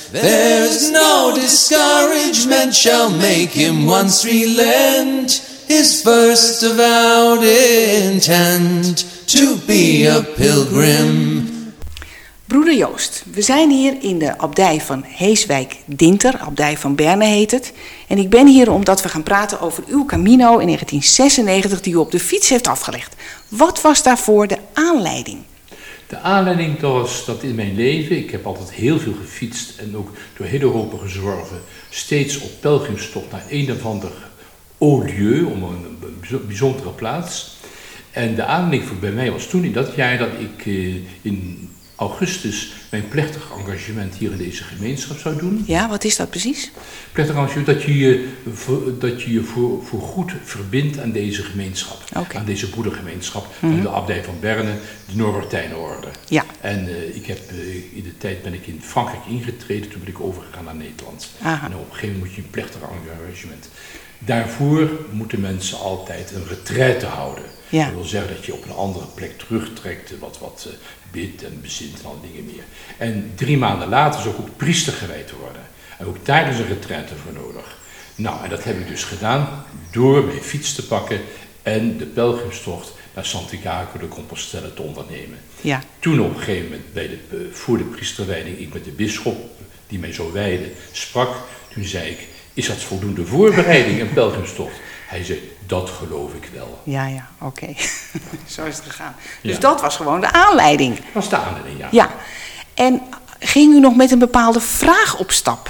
There's no discouragement shall make him once relent his first avowed intent to be a pilgrim. Broeder Joost, we zijn hier in de abdij van Heeswijk-Dinter, abdij van Berne heet het. En ik ben hier omdat we gaan praten over uw Camino in 1996 die u op de fiets heeft afgelegd. Wat was daarvoor de aanleiding? De aanleiding was dat in mijn leven, ik heb altijd heel veel gefietst en ook door heel Europa gezworven, steeds op pelgrimstocht naar een of ander haut lieu, om een bijzondere plaats. En de aanleiding voor bij mij was toen in dat jaar dat ik in augustus mijn plechtig engagement hier in deze gemeenschap zou doen. Ja, wat is dat precies? Plechtig engagement dat je je voor goed verbindt aan deze gemeenschap. Okay. Aan deze broedergemeenschap van de abdij van Berne, de Norbertijnenorde. Ja. En in de tijd ben ik in Frankrijk ingetreden, toen ben ik overgegaan naar Nederland. Aha. En op een gegeven moment moet je een plechtig engagement. Daarvoor moeten mensen altijd een retraite houden. Ja. Dat wil zeggen dat je op een andere plek terugtrekt, wat bidt en bezint en al dingen meer. En 3 maanden later zou ik ook priester gewijd worden. En ook daar is een retraite voor nodig. Nou, en dat heb ik dus gedaan door mijn fiets te pakken en de pelgrimstocht naar Santiago de Compostela te ondernemen. Ja. Toen op een gegeven moment voor de priesterwijding ik met de bisschop die mij zo wijdde sprak, toen zei ik, is dat voldoende voorbereiding, een pelgrimstocht? Hij zei, dat geloof ik wel. Ja, oké. Zo is het gegaan. Dus Ja. dat was gewoon de aanleiding. Dat was de aanleiding, ja. Ja. En ging u nog met een bepaalde vraag op stap?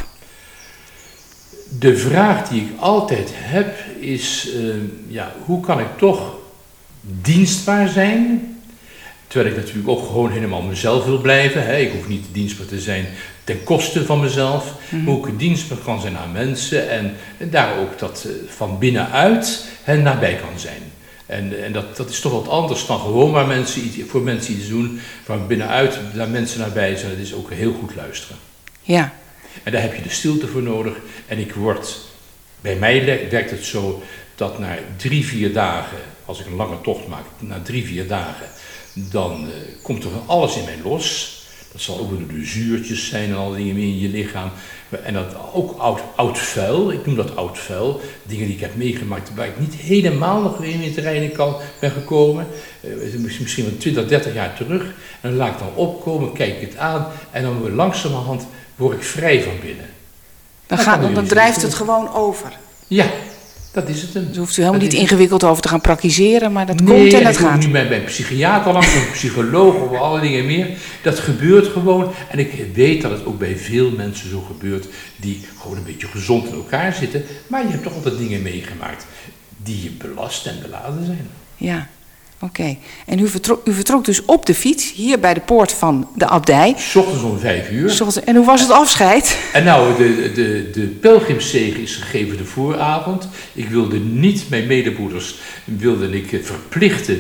De vraag die ik altijd heb is, hoe kan ik toch dienstbaar zijn? Terwijl ik natuurlijk ook gewoon helemaal mezelf wil blijven. Hè? Ik hoef niet dienstbaar te zijn ten koste van mezelf. Maar hoe ik dienstbaar kan zijn aan mensen en daar ook dat van binnenuit hen nabij kan zijn. En dat is toch wat anders dan gewoon maar voor mensen iets doen. Van binnenuit naar mensen nabij zijn, dat is ook heel goed luisteren. Ja. En daar heb je de stilte voor nodig. En bij mij werkt het zo dat na 3-4 dagen, als ik een lange tocht maak, na 3-4 dagen, dan komt er van alles in mij los. Dat zal ook door de zuurtjes zijn en al dingen meer in je lichaam. En dat ook oud vuil, ik noem dat oud vuil. Dingen die ik heb meegemaakt waar ik niet helemaal nog weer in het reinen ben gekomen. Misschien wel 20, 30 jaar terug. En dan laat ik dan opkomen, kijk ik het aan en dan langzamerhand word ik vrij van binnen. Dan drijft het gewoon over. Ja, dat is het hem. Dus hoeft u helemaal niet ingewikkeld over te gaan praktiseren, maar dat komt en dat gaat. Ik hoef niet bij een psychiater langs, een psycholoog of alle dingen meer. Dat gebeurt gewoon. En ik weet dat het ook bij veel mensen zo gebeurt die gewoon een beetje gezond in elkaar zitten. Maar je hebt toch altijd dingen meegemaakt die je belast en beladen zijn. Ja, oké. En u vertrok dus op de fiets, hier bij de poort van de abdij. 's Ochtends om 5 uur. En hoe was het afscheid? En nou, de pelgrimszege is gegeven de vooravond. Ik wilde niet mijn medebroeders verplichten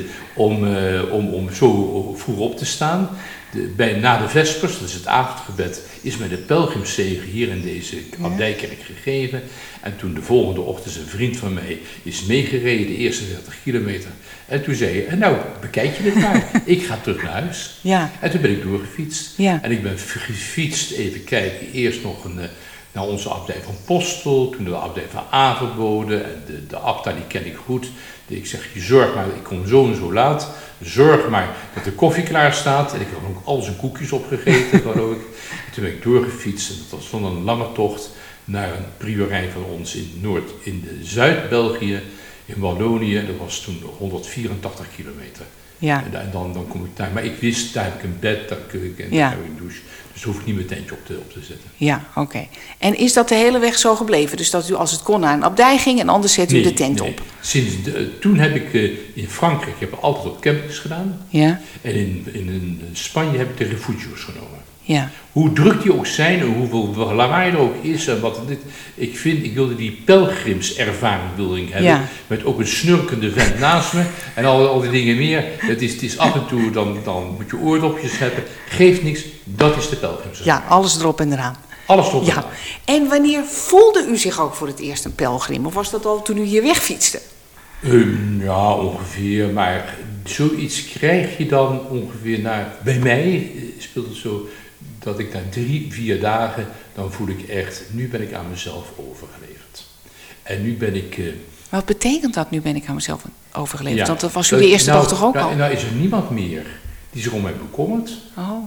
om zo vroeg op te staan. Na de vespers, dat is het avondgebed, is mij de pelgrimszege hier in deze abdijkerk gegeven. En toen de volgende ochtend een vriend van mij is meegereden, de eerste 30 kilometer. En toen zei hij, nou, bekijk je dit maar. Ik ga terug naar huis. Ja. En toen ben ik doorgefietst. Ja. En ik ben gefietst, even kijken, eerst nog naar onze abdij van Postel, toen de abdij van Averbode. En de abdij, die ken ik goed. Ik zeg, je zorg maar, ik kom zo en zo laat. Zorg maar dat de koffie klaar staat. En ik heb ook al zijn koekjes opgegeten, geloof ik. En toen ben ik doorgefietst. En dat was dan een lange tocht naar een priorij van ons in Zuid-België, in Wallonië. Dat was toen 184 kilometer. Ja. En dan kom ik daar. Maar ik wist, daar heb ik een bed, daar heb ik een douche. Dus hoef ik niet mijn tentje op te zetten. Ja, oké. En is dat de hele weg zo gebleven? Dus dat u als het kon naar een abdij ging en anders zet u de tent op? Toen heb ik in Frankrijk, ik heb altijd op campings gedaan. Ja. En in Spanje heb ik de refugios genomen. Ja. Hoe druk die ook zijn en hoeveel lawaai er ook is. En ik wilde die pelgrimservaring hebben. Ja. Met ook een snurkende vent naast me. En al die dingen meer. Het is af en toe, dan moet je oordopjes hebben. Geeft niks, dat is de pelgrimservaring. Ja, alles erop en eraan. Alles erop en eraan. En wanneer voelde u zich ook voor het eerst een pelgrim? Of was dat al toen u hier wegfietste? Ja, ongeveer. Maar zoiets krijg je dan ongeveer bij mij speelt het zo dat ik na 3-4 dagen, dan voel ik echt, nu ben ik aan mezelf overgeleverd. En nu ben ik... Wat betekent dat, nu ben ik aan mezelf overgeleverd? Ja, Want dat was u de eerste dag toch ook al? Nou is er niemand meer die zich om mij bekommert. Oh.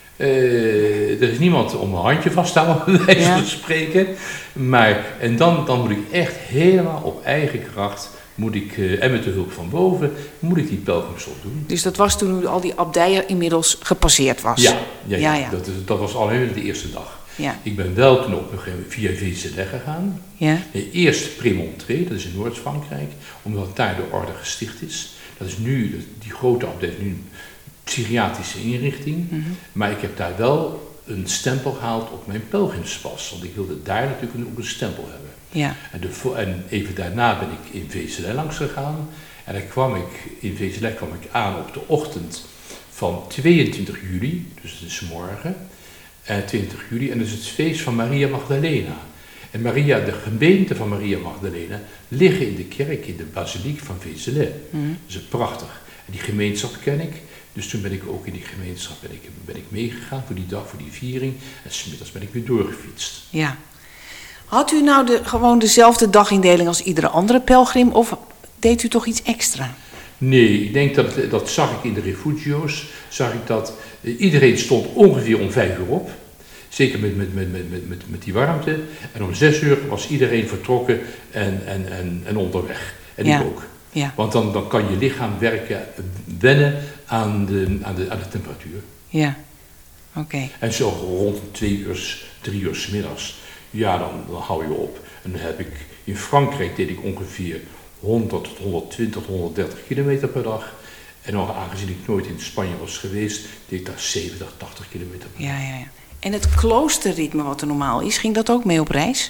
Er is niemand om mijn handje vast te houden, bij wijze van spreken. Maar, en dan moet ik echt helemaal op eigen kracht, en met de hulp van boven, moet ik die pelgrimstocht doen. Dus dat was toen u al die abdijen inmiddels gepasseerd was? Ja. Dat was alleen de eerste dag. Ja. Ik ben wel toen ook nog via Vézelay gegaan. Ja. Eerst Prémontré, dat is in Noord-Frankrijk, omdat daar de orde gesticht is. Dat is nu, die grote abdij is nu een psychiatrische inrichting. Mm-hmm. Maar ik heb daar wel een stempel gehaald op mijn pelgrimspas. Want ik wilde daar natuurlijk ook een stempel hebben. Ja. En even daarna ben ik in Vézelay langs gegaan. En dan in Vézelay kwam ik aan op de ochtend van 22 juli, dus het is morgen. 20 juli, en dat is het feest van Maria Magdalena. En de gemeente van Maria Magdalena liggen in de kerk, in de basiliek van Vézelay. Mm. Dat is prachtig. En die gemeenschap ken ik. Dus toen ben ik ook in die gemeenschap ben ik meegegaan voor die dag, voor die viering. En 's middags ben ik weer doorgefietst. Ja. Had u nou gewoon dezelfde dagindeling als iedere andere pelgrim, of deed u toch iets extra? Nee, ik denk dat zag ik in de refugio's, zag ik dat iedereen stond ongeveer om 5 uur op. Zeker met die warmte. En om 6 uur was iedereen vertrokken en onderweg. En ik ook. Ja. Want dan kan je lichaam wennen aan de temperatuur. Ja, oké. En zo rond 2 uur, 3 uur 's middags, ja, dan hou je op. En dan heb ik, in Frankrijk deed ik ongeveer 100 tot 120, 130 kilometer per dag. En nog aangezien ik nooit in Spanje was geweest, deed ik daar 70, 80 kilometer per dag. Ja. En het kloosterritme wat er normaal is, ging dat ook mee op reis?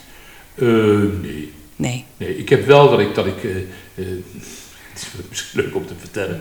Nee. Ik heb wel dat ik het is misschien leuk om te vertellen.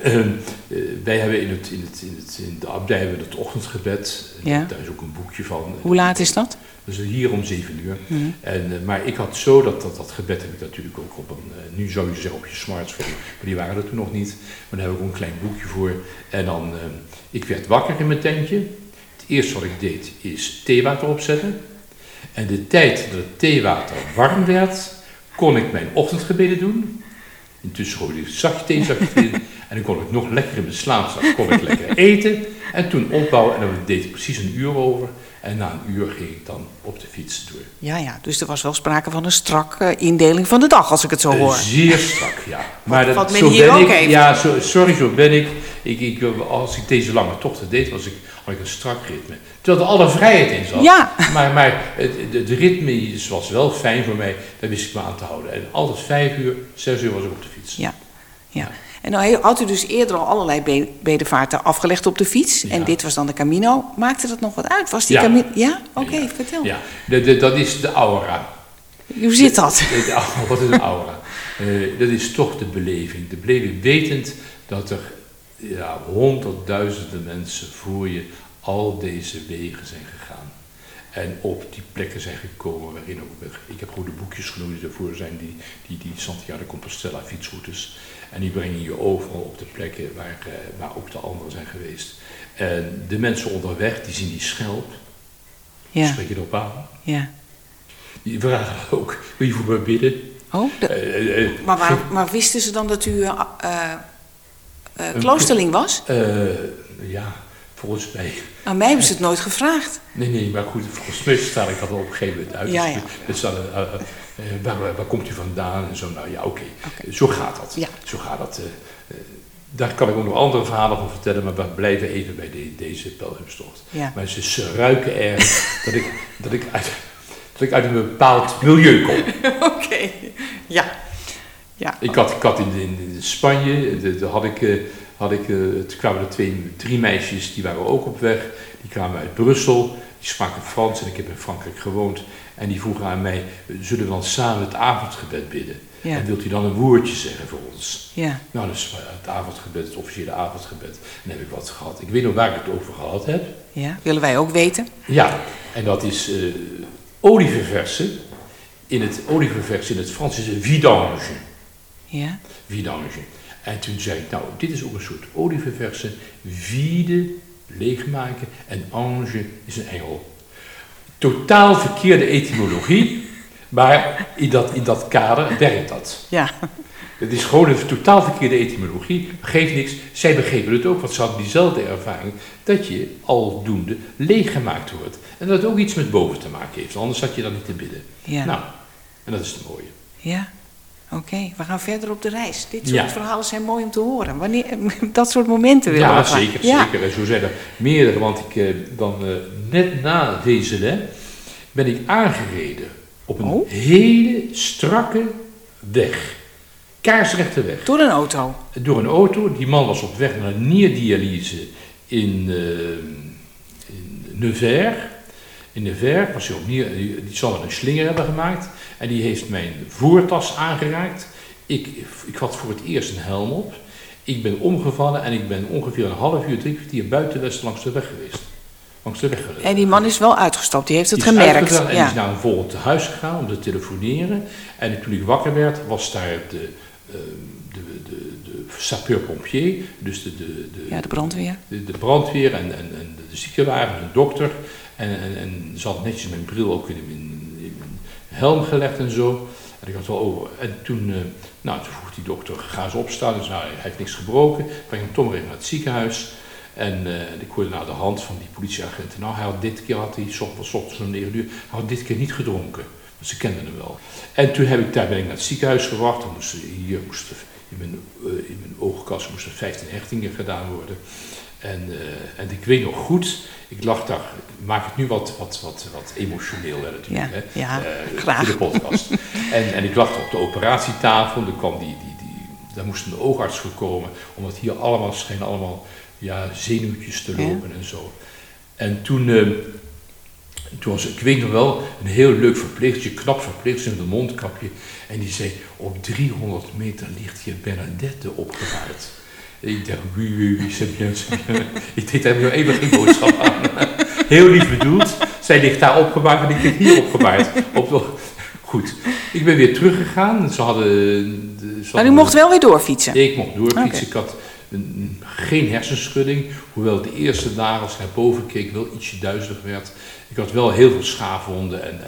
Wij hebben in de abdij hebben we het ochtendgebed. Ja. Daar is ook een boekje van. Hoe laat is dat? Dus hier om 7 uur. Mm-hmm. Maar ik had zo dat gebed heb ik natuurlijk ook op nu zou je zeggen op je smartphone, maar die waren er toen nog niet. Maar daar heb ik ook een klein boekje voor. En dan, ik werd wakker in mijn tentje. Het eerste wat ik deed is theewater opzetten. En de tijd dat het theewater warm werd, kon ik mijn ochtendgebeden doen. Intussen gooide ik een theezakje in. En dan kon ik nog lekker in mijn slaapzak, kon ik lekker eten. En toen opbouwen en dan deed ik precies 1 uur over. En na 1 uur ging ik dan op de fiets door. Ja, dus er was wel sprake van een strakke indeling van de dag, als ik het zo hoor. Zeer strak, ja. Maar wat men hier ook heeft. Ja, zo ben ik. Als ik deze lange tochten deed, had ik een strak ritme. Terwijl er alle vrijheid in zat. Ja. Maar de ritme was wel fijn voor mij, daar wist ik me aan te houden. En altijd 5 uur, 6 uur was ik op de fiets. Ja. En nou had u dus eerder al allerlei bedevaarten afgelegd op de fiets. Ja. En dit was dan de Camino. Maakte dat nog wat uit? Was die Camino? Ja? Oké, vertel. Ja, dat is de aura. Hoe zit dat? Wat is een aura? Dat is toch de beleving. De beleving wetend dat er honderdduizenden mensen voor je al deze wegen zijn gegaan. En op die plekken zijn gekomen waarin ook... Ik heb gewoon de boekjes genoemd die ervoor zijn, die Santiago de Compostela fietsroutes. En die brengen je overal op de plekken waar ook de anderen zijn geweest. En de mensen onderweg, die zien die schelp. Ja. Spreek je erop aan? Ja. Die vragen ook, wil je voor me bidden? Oh, maar wisten ze dan dat u kloosterling was? Ja, volgens mij. Aan mij hebben ze het nooit gevraagd. Nee, maar goed, volgens mij straal ik dat op een gegeven moment uit. Ja. Dus waar komt u vandaan? En zo, nou ja, oké. Zo gaat dat. Ja. Zo gaat dat. Daar kan ik ook nog andere verhalen van vertellen, maar we blijven even bij deze pelgrimstocht. Ja. Maar ze ruiken erg dat ik uit een bepaald milieu kom. Oké, ja. Ik had in Spanje, kwamen er 3 meisjes, die waren ook op weg. Die kwamen uit Brussel, die spraken Frans en ik heb in Frankrijk gewoond. En die vroegen aan mij, zullen we dan samen het avondgebed bidden? Ja. En wilt u dan een woordje zeggen voor ons? Ja. Nou, dus het avondgebed, het officiële avondgebed. En dan heb ik wat gehad. Ik weet nog waar ik het over gehad heb. Ja, willen wij ook weten. Ja, en dat is olievenversen. Olievenversen in het Frans is een vidange. Ja. Vidange. En toen zei ik, nou, dit is ook een soort olievenversen. Vide leegmaken en ange is een engel. Totaal verkeerde etymologie, maar in dat kader werkt dat. Ja. Het is gewoon een totaal verkeerde etymologie, geeft niks. Zij begrepen het ook, want ze hadden diezelfde ervaring, dat je aldoende leeggemaakt wordt. En dat het ook iets met boven te maken heeft, anders zat je dan niet te bidden. Ja. Nou, en dat is het mooie. Ja. Oké, we gaan verder op de reis. Dit soort verhalen zijn mooi om te horen. Wanneer dat soort momenten willen we gaan. Zeker. En zo zijn er meerdere, want net na Wezenle ben ik aangereden op een hele strakke weg. Kaarsrechte weg. Door een auto? Door een auto. Die man was op weg naar een nierdialyse in Nevers. In Nevers was hij die zal er een slinger hebben gemaakt. En die heeft mijn voortas aangeraakt. Ik had voor het eerst een helm op. Ik ben omgevallen en ik ben ongeveer een half uur, 3 kwartier buiten Westen langs de weg geweest. En die man is wel uitgestapt, die heeft het gemerkt. En die is naar een volgend huis gegaan om te telefoneren. En toen ik wakker werd, was daar de sapeur-pompier, dus de brandweer. De brandweer en de ziekenwagen, een dokter. En ze had netjes mijn bril ook in mijn helm gelegd en zo. En ik had wel over. En toen vroeg die dokter, ga eens opstaan. Dus hij heeft niks gebroken. Breng hem toch maar even naar het ziekenhuis. En ik hoorde naar de hand van die politieagenten. Nou, had hij, s ochtends om 9 uur, hij had dit keer niet gedronken. Want ze kenden hem wel. En toen ben ik naar het ziekenhuis gebracht. Dan moesten in mijn oogkas moesten 15 hechtingen gedaan worden. En ik weet nog goed, ik lag daar, ik maak het nu wat emotioneel natuurlijk, graag. voor de podcast. en ik lag op de operatietafel, er kwam daar moest een oogarts voor komen, omdat hier schijnen allemaal zenuwtjes te lopen en zo. En toen was, ik weet nog wel, een heel leuk verpleegster, knap verpleegster met een mondkapje. En die zei, op 300 meter ligt hier Bernadette opgebaard. Ik dacht, wie, ik deed daar nog even geen boodschap aan. Heel lief bedoeld. Zij ligt daar opgebaard en ik lig hier opgebaard. Goed, ik ben weer teruggegaan. Maar u mocht wel weer doorfietsen? Ik mocht doorfietsen. Okay. Ik had geen hersenschudding. Hoewel de eerste dagen als ik naar boven keek wel ietsje duizelig werd. Ik had wel heel veel schaafwonden en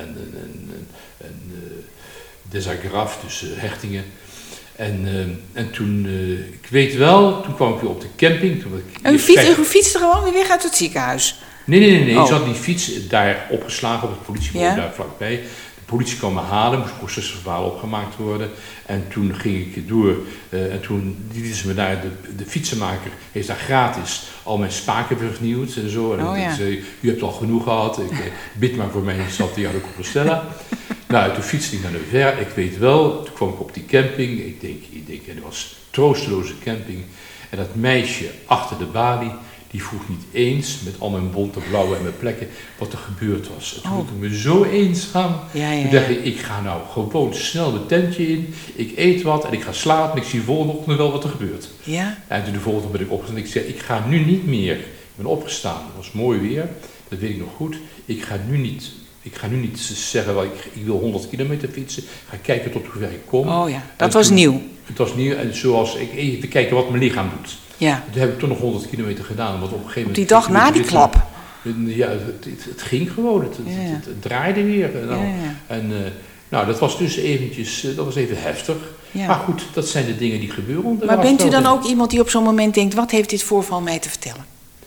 desagraf, dus hechtingen. En toen, ik weet wel, toen kwam ik weer op de camping. U fietste gewoon weer weg uit het ziekenhuis? Nee. Ik zat die fiets daar opgeslagen op het politiebureau daar vlakbij. De politie kwam me halen, moest procesverbaal opgemaakt worden. En toen ging ik door. En toen lieten ze me daar, de fietsenmaker heeft daar gratis al mijn spaken vernieuwd en zo. En zei, u hebt al genoeg gehad, bid maar voor mij in Santiago de Compostela. Nou, toen fietste ik naar Nevers, ik weet wel, toen kwam ik op die camping, ik denk, en het was een troosteloze camping. En dat meisje achter de balie, die vroeg niet eens, met al mijn bonte blauwe en mijn plekken, wat er gebeurd was. En toen voelde ik me zo eenzaam. Toen dacht ik ga nou gewoon snel mijn tentje in, ik eet wat en ik ga slapen en ik zie de volgende ochtend wel wat er gebeurt. Ja. En toen de volgende ben ik opgestaan en ik zei, ik ga nu niet meer, ik ben opgestaan, het was mooi weer, dat weet ik nog goed, ik ga nu niet zeggen, wel, ik wil 100 kilometer fietsen. Ik ga kijken tot hoe ver ik kom. Oh ja, dat was nieuw. Het was nieuw en zoals ik even kijken wat mijn lichaam doet. Ja. Toen heb ik toch nog 100 kilometer gedaan. Want op een gegeven moment, die dag na die klap? Ja, het ging gewoon. Het draaide weer. En dat was dus eventjes, dat was even heftig. Ja. Maar goed, dat zijn de dingen die gebeuren. Maar bent u dan ook iemand die op zo'n moment denkt, wat heeft dit voorval mij te vertellen?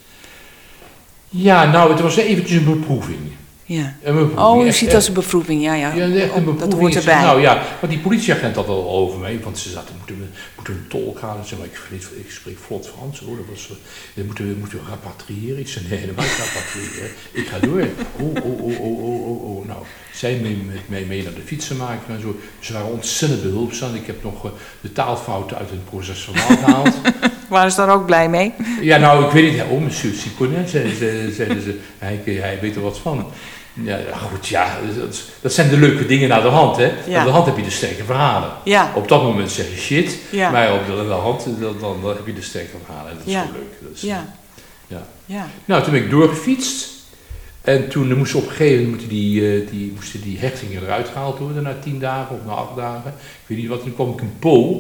Ja, nou, het was eventjes een beproeving. Ja. U ziet dat als een beproeving, ja. Echt een beproeving. Dat hoort erbij. Nou ja, want die politieagent had al over mij, want ze zaten, moeten een tolk halen. Ze zei, maar ik spreek vlot Frans, hoor. Moeten we rapatriëren? Ik zei, nee, dat moet ik rapatriëren. Ik ga door. Nou, zij met mij mee naar de fietsenmaker en zo. Ze waren ontzettend behulpzaam. Ik heb nog de taalfouten uit het procesverbaal gehaald. Waren ze daar ook blij mee? Ja, nou, ik weet niet. Monsieur Siconet, zeiden ze. Hij weet er wat van. Ja, goed, ja, dat zijn de leuke dingen naar de hand, hè. Ja. Aan de hand heb je de sterke verhalen. Ja. Op dat moment zeg je shit, maar op de hand dan heb je de sterke verhalen. En dat is zo leuk. Dus, ja. Nou, toen ben ik doorgefietst. En toen moesten op een gegeven moment die hechtingen eruit gehaald worden na 10 dagen of na 8 dagen. Ik weet niet wat, toen kwam ik in Po.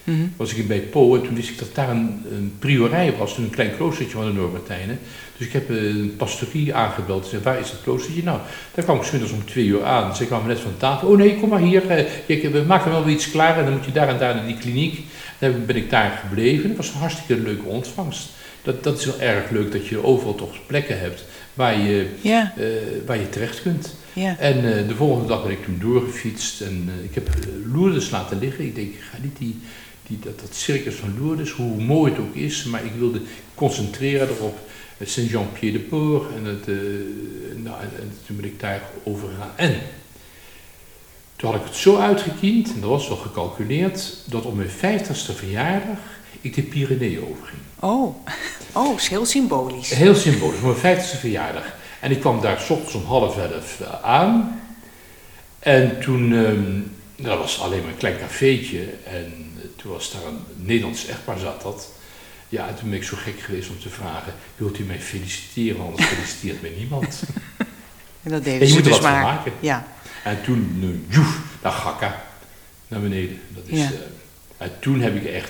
Was ik bij Po en toen wist ik dat daar een priorij was, een klein kloostertje van de Norbertijnen. Dus ik heb een pastorie aangebeld en zei, waar is dat kloostertje? Nou, daar kwam ik 's middags om 2 uur aan. Ze kwamen net van tafel. Oh nee, kom maar hier. We maken wel weer iets klaar en dan moet je daar en daar naar die kliniek. Dan ben ik daar gebleven. Dat was een hartstikke leuke ontvangst. Dat is wel erg leuk dat je overal toch plekken hebt waar je terecht kunt. Ja. En de volgende dag ben ik toen doorgefietst en ik heb Lourdes laten liggen. Ik denk, ik ga niet dat circus van Lourdes, hoe mooi het ook is, maar ik wilde concentreren erop Saint-Jean-Pied-de-Port en toen ben ik daar overgegaan. En toen had ik het zo uitgekiend, en dat was wel gecalculeerd, dat op mijn 50ste verjaardag ik de Pyreneeën overging. Oh, is heel symbolisch. Heel symbolisch, op mijn 50ste verjaardag. En ik kwam daar 's ochtends om 10:30 aan. En toen, dat was alleen maar een klein cafeetje. En toen was daar een Nederlands echtpaar zat dat. Ja, en toen ben ik zo gek geweest om te vragen, wilt u mij feliciteren, anders feliciteert mij niemand. En dat deden en je ze moet er dus wat van maar. maken. Ja. En toen, naar Gakka, naar beneden. Dat is, en toen heb ik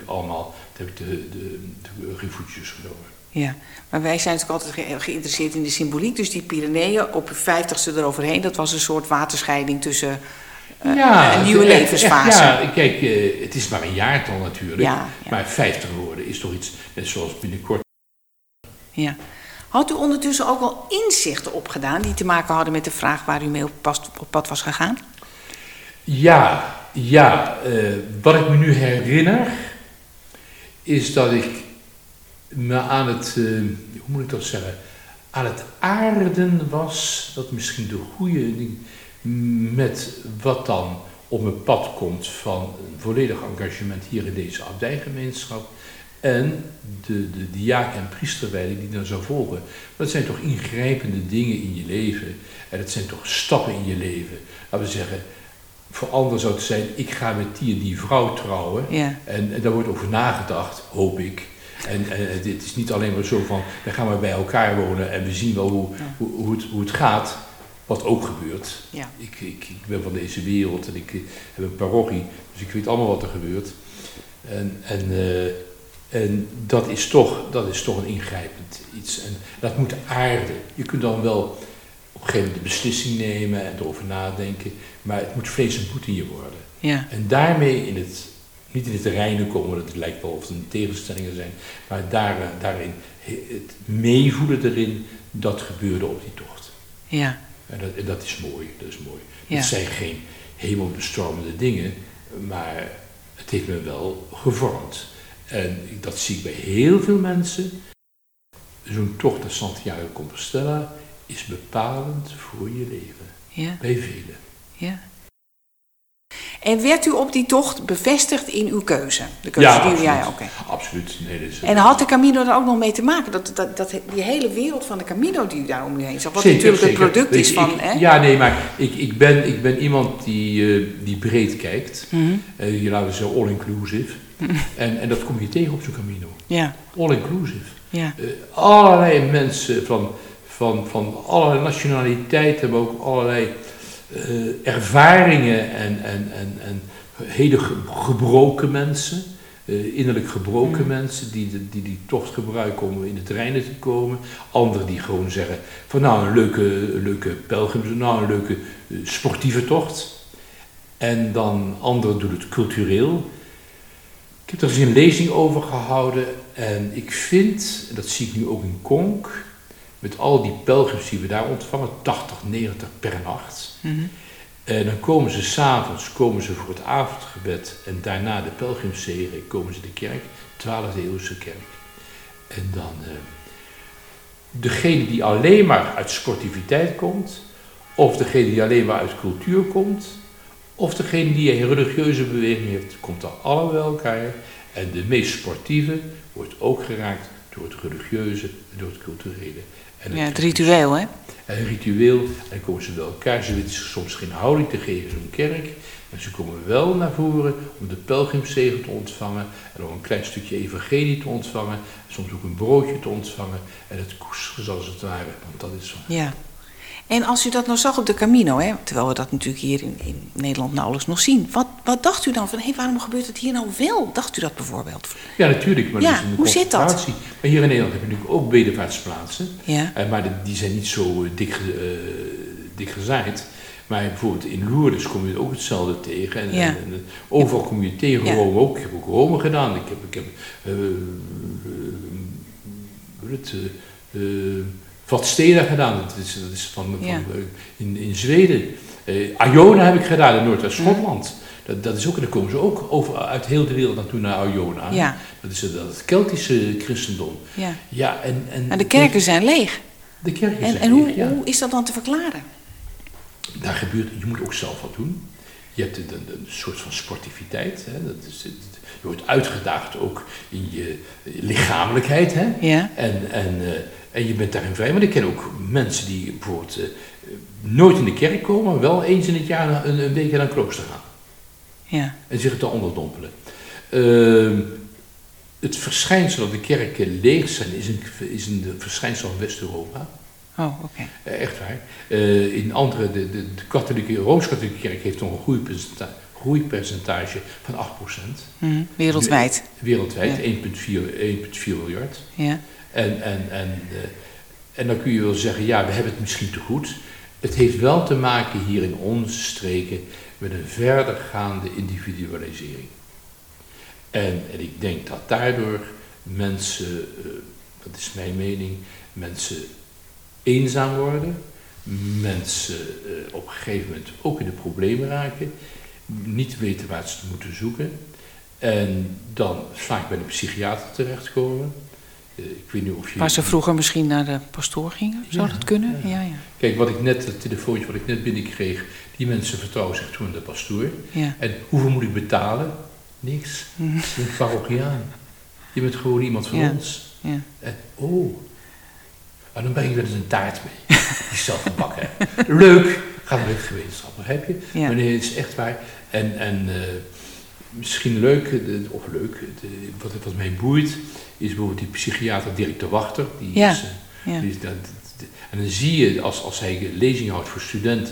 de refuges genomen. Ja, maar wij zijn natuurlijk altijd geïnteresseerd in de symboliek. Dus die Pyreneeën op je 50ste eroverheen, dat was een soort waterscheiding tussen een nieuwe levensfase. Ja, kijk, het is maar een jaartal natuurlijk. Ja. Maar 50 worden is toch iets, net zoals binnenkort. Ja. Had u ondertussen ook al inzichten opgedaan die te maken hadden met de vraag waar u mee op pad was gegaan? Ja. Wat ik me nu herinner, is dat ik me aan het, hoe moet ik dat zeggen, aan het aarden was, dat misschien de goede ding, met wat dan op mijn pad komt van een volledig engagement hier in deze abdijgemeenschap en de diaken- en priesterwijding die dan zou volgen. Dat zijn toch ingrijpende dingen in je leven en dat zijn toch stappen in je leven. Laten we zeggen, voor anderen zou het zijn, ik ga met die vrouw trouwen. Ja. En daar wordt over nagedacht, hoop ik. En het is niet alleen maar zo van, dan gaan we bij elkaar wonen en we zien wel hoe het gaat. Wat ook gebeurt. Ja. Ik ben van deze wereld en ik heb een parochie, dus ik weet allemaal wat er gebeurt. En dat is toch een ingrijpend iets. En dat moet aarden. Je kunt dan wel op een gegeven moment de beslissing nemen en erover nadenken, maar het moet vlees en bloed in je worden. Ja. En daarmee niet in het reinen komen, dat het lijkt wel of er tegenstellingen zijn, maar daarin het meevoelen erin, dat gebeurde op die tocht. Ja. En dat is mooi, dat is mooi. Ja. Het zijn geen hemelbestormende dingen, maar het heeft me wel gevormd. En dat zie ik bij heel veel mensen. Zo'n tocht naar Santiago de Compostela is bepalend voor je leven. Ja. Bij velen. Ja. En werd u op die tocht bevestigd in uw keuze? De keuze Ja, die absoluut. Ja, okay. Absoluut. Nee, en had de Camino er ook nog mee te maken? Die hele wereld van de Camino die u daar om u heen zag, wat zeker, natuurlijk zeker. het product is van... Ja, nee, maar ik ben iemand die breed kijkt. Je laten we zeggen all-inclusive. En dat kom je tegen op zo'n Camino. Ja. All-inclusive. Ja. Allerlei mensen van allerlei nationaliteiten, maar ook allerlei ervaringen en hele gebroken mensen, innerlijk gebroken mensen die tocht gebruiken om in het reinen te komen. Anderen die gewoon zeggen van nou een leuke pelgrims, nou een leuke sportieve tocht. En dan anderen doen het cultureel. Ik heb er eens een lezing over gehouden en ik vind, en dat zie ik nu ook in Konk, met al die pelgrims die we daar ontvangen, 80, 90 per nacht. En dan komen ze 's avonds voor het avondgebed en daarna de pelgrimszegen komen ze de kerk, 12e eeuwse kerk. En dan degene die alleen maar uit sportiviteit komt, of degene die alleen maar uit cultuur komt, of degene die een religieuze beweging heeft, komt er allemaal bij elkaar. En de meest sportieve wordt ook geraakt door het religieuze en door het culturele. En het ritueel, hè? En een ritueel, en dan komen ze bij elkaar. Ze weten soms geen houding te geven, zo'n kerk. En ze komen wel naar voren om de pelgrimszegen te ontvangen. En om een klein stukje evangelie te ontvangen. Soms ook een broodje te ontvangen. En het koesteren als het ware, want dat is zo. Ja. En als u dat nou zag op de Camino, hè, terwijl we dat natuurlijk hier in Nederland nauwelijks nog zien. Wat dacht u dan van, waarom gebeurt het hier nou wel? Dacht u dat bijvoorbeeld? Ja, natuurlijk, maar Ja, dat is een hoe zit dat? concentratie. Maar hier in Nederland heb je natuurlijk ook bedevaartsplaatsen. Ja. Maar die zijn niet zo dik gezaaid. Maar bijvoorbeeld in Lourdes kom je ook hetzelfde tegen. En overal kom je tegen Rome ook. Ik heb ook Rome gedaan. Ik heb Vadstena gedaan. Dat is in Zweden. Iona heb ik gedaan in Noordwest-Schotland. Dat is ook, en dan komen ze ook uit heel de wereld naartoe naar Iona. Ja. Dat is het Keltische christendom. Ja. En de kerken zijn leeg. De kerken zijn en leeg, hoe is dat dan te verklaren? Daar gebeurt, je moet ook zelf wat doen. Je hebt een soort van sportiviteit. Hè? Je wordt uitgedaagd ook in je lichamelijkheid. Hè? Ja. En je bent daarin vrij. Maar ik ken ook mensen die bijvoorbeeld nooit in de kerk komen, maar wel eens in het jaar een week naar een klooster gaan. Ja. En zich te onderdompelen. Het verschijnsel dat de kerken leeg zijn, is een verschijnsel van West-Europa. Oh, oké. Echt waar. In andere, de Rooms-Katholieke kerk heeft nog een groeipercentage van 8%. Wereldwijd. Wereldwijd, Ja. 1,4 miljard. Ja. En dan kun je wel zeggen, we hebben het misschien te goed. Het heeft wel te maken hier in onze streken met een verdergaande individualisering. En ik denk dat daardoor mensen, dat is mijn mening, mensen eenzaam worden, mensen op een gegeven moment ook in de problemen raken, niet weten waar ze moeten zoeken en dan vaak bij de psychiater terechtkomen. Ik weet niet of je... Waar ze vroeger misschien naar de pastoor gingen, zou dat kunnen? Ja. Kijk, het telefoontje wat ik net binnenkreeg, die mensen vertrouwen zich toe aan de pastoor. Ja. En hoeveel moet ik betalen? Niks. Je bent parochiaan. Je bent gewoon iemand van ons. Ja. En dan breng je wel eens een taart mee. Die zelf gebakken hebt. Leuk. Ga naar het gemeenschap, begrijp je? Ja. Maar nee, het is echt waar. En misschien leuk, wat mij boeit, is bijvoorbeeld die psychiater Dirk de Wachter. En dan zie je, als hij lezingen houdt voor studenten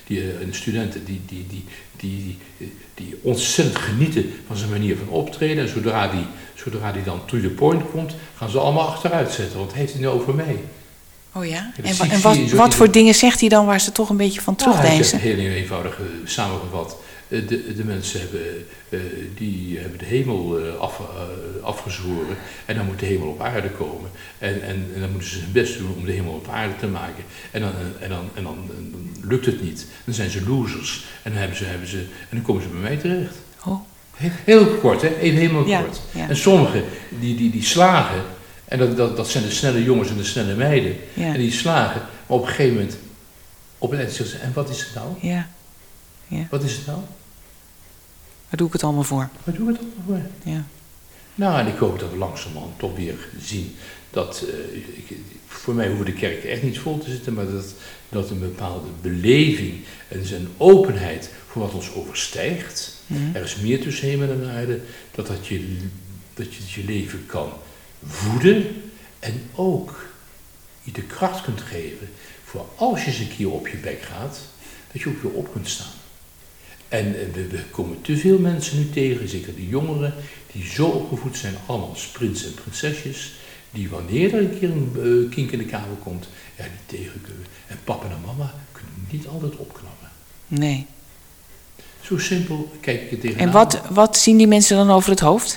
die ontzettend genieten van zijn manier van optreden. En zodra die dan to the point komt, gaan ze allemaal achteruit zetten. Want heeft hij nou over mij? Oh ja? Ja, En wat voor dingen zegt hij dan waar ze toch een beetje van terugdeinzen? Heel eenvoudig samengevat. De mensen hebben de hemel afgezworen en dan moet de hemel op aarde komen. En dan moeten ze hun best doen om de hemel op aarde te maken. En dan lukt het niet. Dan zijn ze losers. En dan komen ze bij mij terecht. Oh. Heel kort, hè? Even helemaal kort. Ja. En sommigen die slagen, en dat zijn de snelle jongens en de snelle meiden. Ja. En die slagen, maar op een gegeven moment, op het eind zeggen ze, en wat is het nou? Ja. Wat is het nou? Waar doe ik het allemaal voor? Waar doe ik het allemaal voor? Ja. Nou, en ik hoop dat we langzamerhand toch weer zien dat, voor mij hoeven de kerken echt niet vol te zitten, maar dat een bepaalde beleving en een openheid voor wat ons overstijgt. Er is meer tussen hemel en aarde, dat je leven kan voeden en ook je de kracht kunt geven voor als je eens een keer op je bek gaat, dat je ook weer op kunt staan. En we komen te veel mensen nu tegen, zeker de jongeren, die zo opgevoed zijn, allemaal als prins en prinsesjes, die wanneer er een keer een kink in de kamer komt, niet tegen kunnen. En papa en mama kunnen niet altijd opknappen. Nee. Zo simpel kijk ik er tegenaan. En wat zien die mensen dan over het hoofd?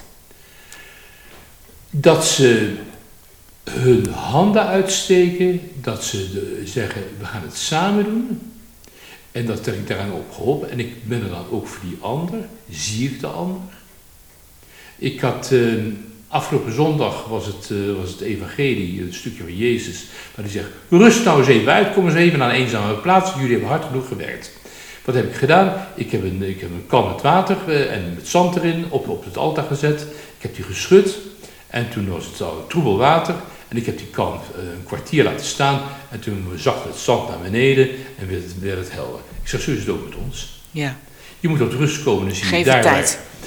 Dat ze hun handen uitsteken, dat ze zeggen, we gaan het samen doen. En dat heb ik daaraan op geholpen. En ik ben er dan ook voor die ander. Zie ik de ander. Ik had, afgelopen zondag was het evangelie, een stukje van Jezus. Waar hij zegt, rust nou eens even uit, kom eens even naar een eenzame plaats. Jullie hebben hard genoeg gewerkt. Wat heb ik gedaan? Ik heb een kan met water en met zand erin op het altaar gezet. Ik heb die geschud. En toen was het al troebel water. En ik heb die kan een kwartier laten staan. En toen zakte het zand naar beneden en werd het helder. Ik zeg, zo is het ook met ons. Ja. Je moet tot rust komen en dan zie je Geef daar het tijd.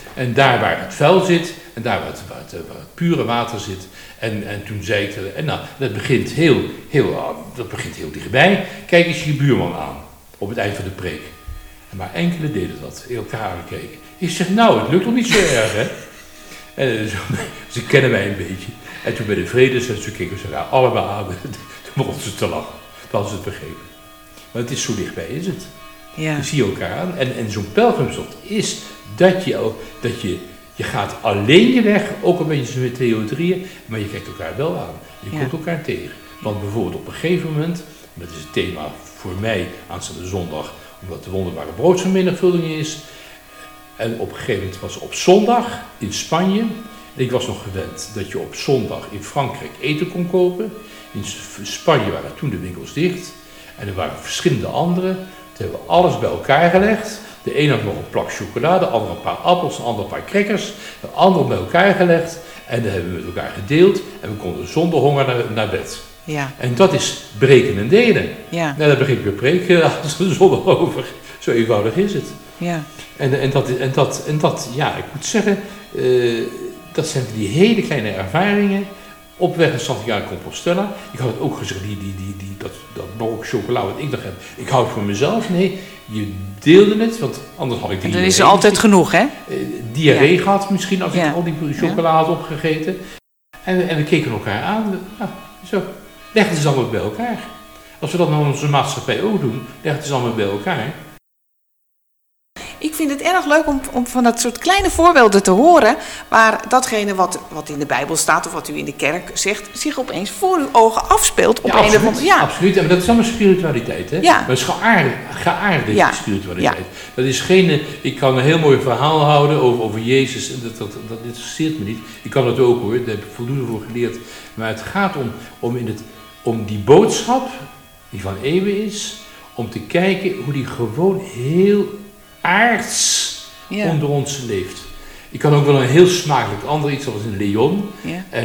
En daar waar het vuil zit, en daar waar het pure water zit. En toen zei ik, dat begint heel dichtbij. Kijk eens je buurman aan, op het eind van de preek. En maar enkele deden dat, in elkaar aangekeken. Ik zeg, het lukt nog niet zo erg, hè. En ze kennen mij een beetje. En toen bij de vredes, en ze keken ze allemaal aan. Toen begonnen ze te lachen. Toen hadden ze het begrepen. Maar het is zo dichtbij, is het. Ja. Je ziet elkaar aan. En zo'n pelgrimstocht is dat je gaat alleen je weg, ook een beetje met 2 of 3, maar je kijkt elkaar wel aan. Je komt elkaar tegen. Want bijvoorbeeld op een gegeven moment, dat is het thema voor mij aanstaande zondag, omdat de wonderbare broodsvermenigvuldiging is. En op een gegeven moment was op zondag in Spanje. En ik was nog gewend dat je op zondag in Frankrijk eten kon kopen. In Spanje waren toen de winkels dicht. En er waren verschillende andere. Toen hebben we alles bij elkaar gelegd. De ene had nog een plak chocolade, de andere een paar appels, de andere een paar crackers. De andere bij elkaar gelegd. En dat hebben we met elkaar gedeeld. En we konden zonder honger naar bed. Ja. En dat is breken en delen. Ja. Nou, daar begin ik weer preken als de zondag over. Zo eenvoudig is het. Ja. En dat, ja, ik moet zeggen, dat zijn die hele kleine ervaringen op weg naar Santiago de Compostela. Ik had het ook gezegd, dat blok chocola wat ik nog heb, ik hou het voor mezelf. Nee, je deelde het, want anders had ik En dan is er altijd genoeg, hè? Diarree gehad misschien, als ik al die chocola had opgegeten. En we keken elkaar aan. Nou, zo, legden ze allemaal bij elkaar. Als we dat nou in onze maatschappij ook doen, legden ze allemaal bij elkaar. Ik vind het erg leuk om van dat soort kleine voorbeelden te horen, waar datgene wat in de Bijbel staat of wat u in de kerk zegt, zich opeens voor uw ogen afspeelt op een of andere. Ja, absoluut. Maar dat is allemaal spiritualiteit, hè? Ja. Maar het is geaarde spiritualiteit. Ja. Dat is geen. Ik kan een heel mooi verhaal houden over Jezus. Dat interesseert me niet. Ik kan dat ook hoor. Daar heb ik voldoende voor geleerd. Maar het gaat om die boodschap die van eeuwen is, om te kijken hoe die gewoon heel aards onder ons leeft. Ik kan ook wel een heel smakelijk ander iets, zoals in Leon. Ja. En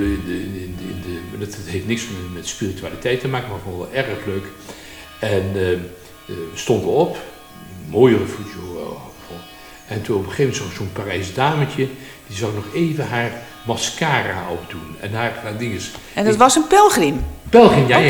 dat heeft niks met spiritualiteit te maken, maar gewoon wel erg leuk. En we stonden op, mooie refugio. En toen op een gegeven moment zo'n Parijs dametje, die zou nog even haar mascara opdoen. En haar dinges. En dat was een pelgrim? Pelgrim, ja.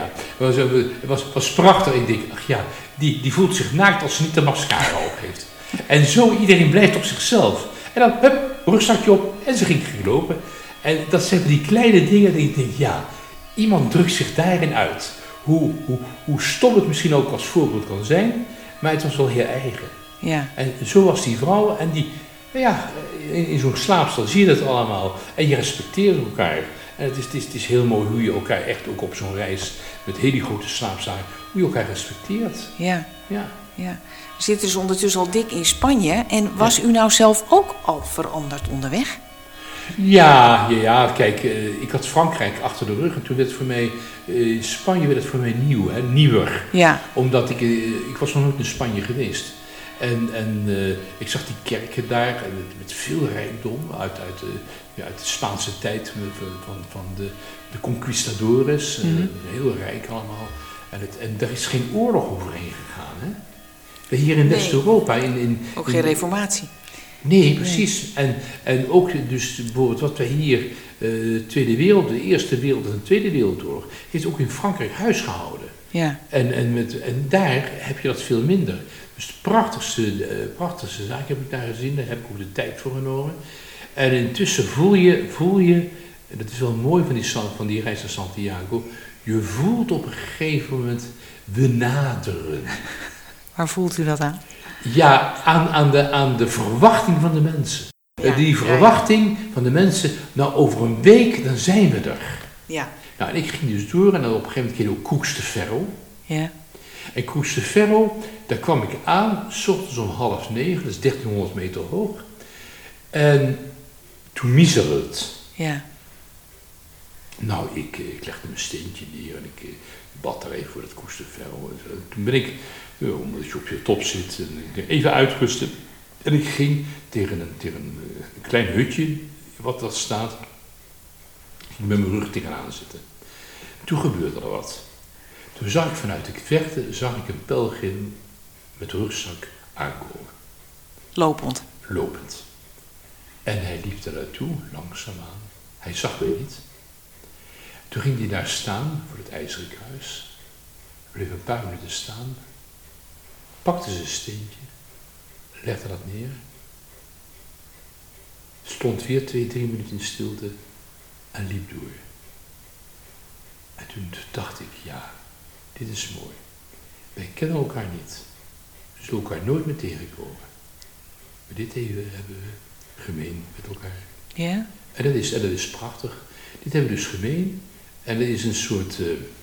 Het was prachtig. Ik denk, ach ja, die voelt zich naakt als ze niet de mascara op heeft. En zo, iedereen blijft op zichzelf. En dan, hup, rugzakje op en ze ging lopen. En dat zijn die kleine dingen die ik denk, ja, iemand drukt zich daarin uit. Hoe stom het misschien ook als voorbeeld kan zijn, maar het was wel heel eigen. Ja. En zo was die vrouw en die, ja, in zo'n slaapstal zie je dat allemaal. En je respecteert elkaar. En het is heel mooi hoe je elkaar echt ook op zo'n reis met hele grote slaapzalen, hoe je elkaar respecteert. Ja. We zitten dus ondertussen al dik in Spanje. En was u nou zelf ook al veranderd onderweg? Ja, kijk, ik had Frankrijk achter de rug en toen werd het voor mij, in Spanje werd het voor mij nieuw, hè, nieuwer. Ja. Omdat ik was nog nooit in Spanje geweest. En ik zag die kerken daar met veel rijkdom uit de Spaanse tijd van de conquistadores. Heel rijk allemaal. En daar is geen oorlog overheen gegaan. Hè? Hier in West-Europa. Ook geen reformatie. Nee, precies. En ook dus bijvoorbeeld wat wij hier, de Eerste Wereld- en de Tweede Wereldoorlog, heeft ook in Frankrijk huis gehouden. Ja. En daar heb je dat veel minder. Dus de prachtigste zaak heb ik daar gezien, daar heb ik ook de tijd voor genomen. En intussen voel je, en dat is wel mooi van die reis naar Santiago, je voelt op een gegeven moment, we naderen. Waar voelt u dat aan? Ja, aan de verwachting van de mensen. Ja, die verwachting van de mensen, nou over een week, dan zijn we er. Ja. Nou, en ik ging dus door en dan op een gegeven moment kreeg ik ook Cruz de Ferro. Ja. En Cruz de Ferro, daar kwam ik aan, 's ochtends om 8:30, dat is 1300 meter hoog. En toen miezerde het. Ja. Nou, ik legde mijn steentje neer en ik bad daar even voor dat Cruz de Ferro. Toen ben ik, omdat je op je top zit, even uitrusten. En ik ging tegen een klein hutje, wat dat staat, ik met mijn rug tegenaan zitten. Toen gebeurde er wat. Toen zag ik vanuit de verte een pelgrim met rugzak aankomen. Lopend. En hij liep daar naartoe, langzaamaan. Hij zag mij niet. Toen ging hij daar staan, voor het IJzeren Kruis. Bleef een paar minuten staan. Pakte zijn steentje. Legde dat neer. Stond weer 2-3 minuten in stilte. En liep door. En toen dacht ik, ja, dit is mooi. Wij kennen elkaar niet. We zullen elkaar nooit meer tegenkomen. Maar dit hebben we gemeen met elkaar. Ja? En dat is prachtig. Dit hebben we dus gemeen. En dat is een soort,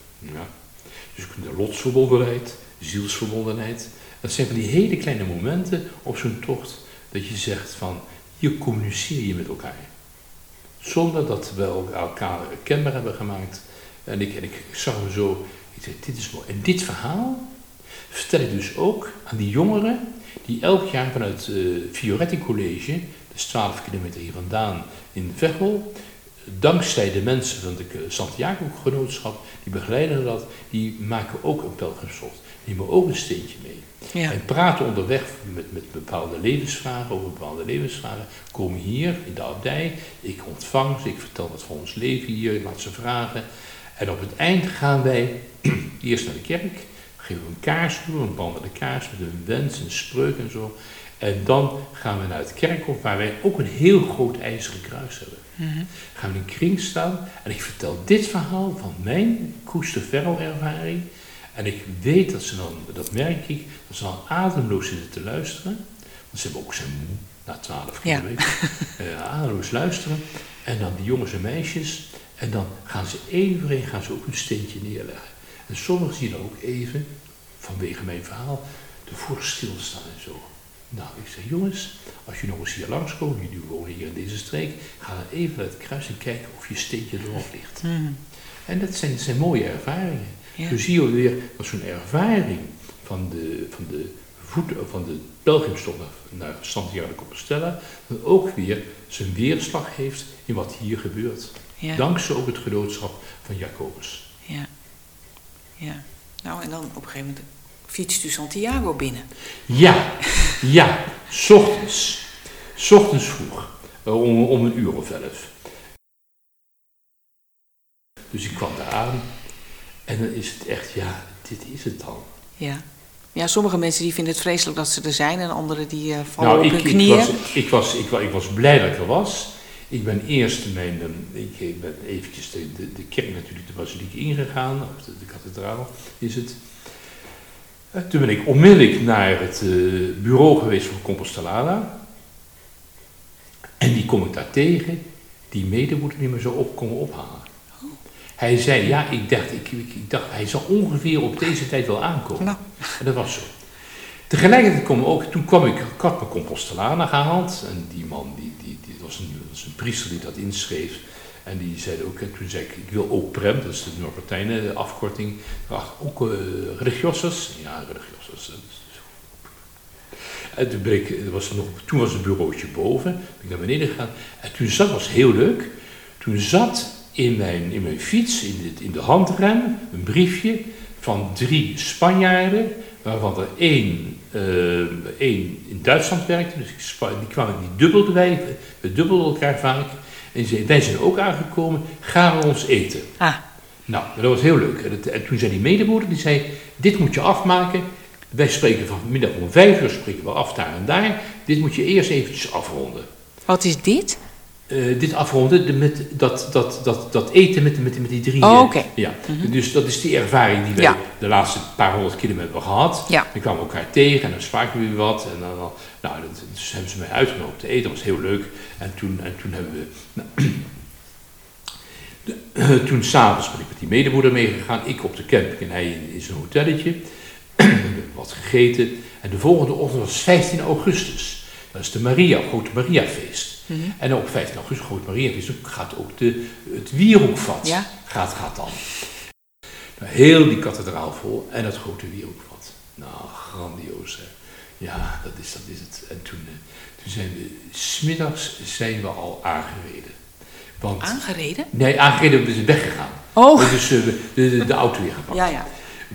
dus de lotsverbondenheid, zielsverbondenheid. Dat zijn van die hele kleine momenten op zo'n tocht, dat je zegt van, hier communiceer je met elkaar. Zonder dat we elkaar kenbaar hebben gemaakt. En ik zag hem zo, ik zei, dit is mooi. En dit verhaal vertel ik dus ook aan die jongeren die elk jaar vanuit Fioretti College, dus 12 kilometer hier vandaan in Veghel, dankzij de mensen van de Santiago-genootschap, die begeleiden dat, die maken ook een pelgrimstocht. Die nemen ook een steentje mee. Ja. En praten onderweg met bepaalde levensvragen, over bepaalde levensvragen, komen hier in de abdij, ik ontvang ze, ik vertel wat van ons leven hier, ik laat ze vragen. En op het eind gaan wij eerst naar de kerk, geven we een kaars toe, een brandende kaars met een wens, een spreuk en zo. En dan gaan we naar het kerkhof, waar wij ook een heel groot IJzeren Kruis hebben. Mm-hmm. Gaan we in een kring staan en ik vertel dit verhaal van mijn Cruz de Ferro ervaring. En ik weet dat ze dan, dat merk ik, dat ze dan ademloos zitten te luisteren. Want ze hebben ook zijn moe, na 12 kilometer. Ademloos luisteren. En dan die jongens en meisjes. En dan gaan ze één voor één ook hun steentje neerleggen. En sommigen zien ook even, vanwege mijn verhaal, ervoor stilstaan en zo. Nou, ik zeg, jongens, als je nog eens hier langskomt, jullie wonen hier in deze streek, ga dan even naar het kruis en kijken of je steentje erop ligt. Mm. En dat zijn mooie ervaringen. Ja. Zo zie je weer dat zo'n ervaring van de pelgrimstocht naar Santiago de Compostela dan ook weer zijn weerslag heeft in wat hier gebeurt. Ja. Dankzij ook het genootschap van Jacobus. Ja. Ja. Nou, en dan op een gegeven moment fietst u Santiago binnen. Ja, 's ochtends vroeg, om 1:11. Dus ik kwam daar aan en dan is het echt, ja, dit is het dan. Ja. Ja, sommige mensen die vinden het vreselijk dat ze er zijn en anderen die vallen op hun knieën. Ik was blij dat ik er was. Ik ben eerst ik ben eventjes de kerk natuurlijk, de basiliek ingegaan, of de kathedraal is het. Toen ben ik onmiddellijk naar het bureau geweest van Compostelana. En die kom ik daar tegen, die medemoeder die me zo komen ophalen. Oh. Hij zei, ja, ik dacht, hij zal ongeveer op deze tijd wel aankomen. Nou. En dat was zo. Tegelijkertijd ik had mijn Compostelana gehaald. En die man, die was een priester die dat inschreef. En die zei ook, en toen zei ik wil ook PREM, dat is de Noord-Latijnen afkorting. Ook religiosos. Ja, religiosos. En toen was het bureautje boven, ben ik naar beneden gegaan. En was heel leuk, toen zat in mijn fiets, in de handrem, een briefje van 3 Spanjaarden, waarvan er één in Duitsland werkte, dus die kwamen, we dubbelden elkaar vaak. En die zei, wij zijn ook aangekomen, gaan we ons eten. Ah. Nou, dat was heel leuk. En toen zei die medemoeder, die zei, dit moet je afmaken. Wij spreken vanmiddag om 5 uur spreken we af daar en daar. Dit moet je eerst eventjes afronden. Wat is dit? Dit afronden, met dat eten met die 3. Oh, oké. Ja. Mm-hmm. Dus dat is die ervaring die wij de laatste paar 100 kilometer hebben gehad. Ja. Dan kwamen we elkaar tegen en dan spraken we weer wat. En dan dus hebben ze mij uitgenodigd te eten, dat was heel leuk. En toen hebben we... Toen s'avonds ben ik met die medemoeder meegegaan. Ik op de camping en hij in zijn hotelletje. We hebben wat gegeten. En de volgende ochtend was 15 augustus. Dat is de Grote Mariafeest. Mm-hmm. En op 15 augustus, Grote Mariafeest, gaat ook het wierookvat gaat dan. Nou, heel die kathedraal vol en het grote wierookvat. Nou, grandioos hè. Ja, dat is het. En toen zijn we, 's middags zijn we al aangereden. Want, aangereden? Nee, aangereden, we zijn weggegaan. Oh. Dus de auto weer gepakt. Ja.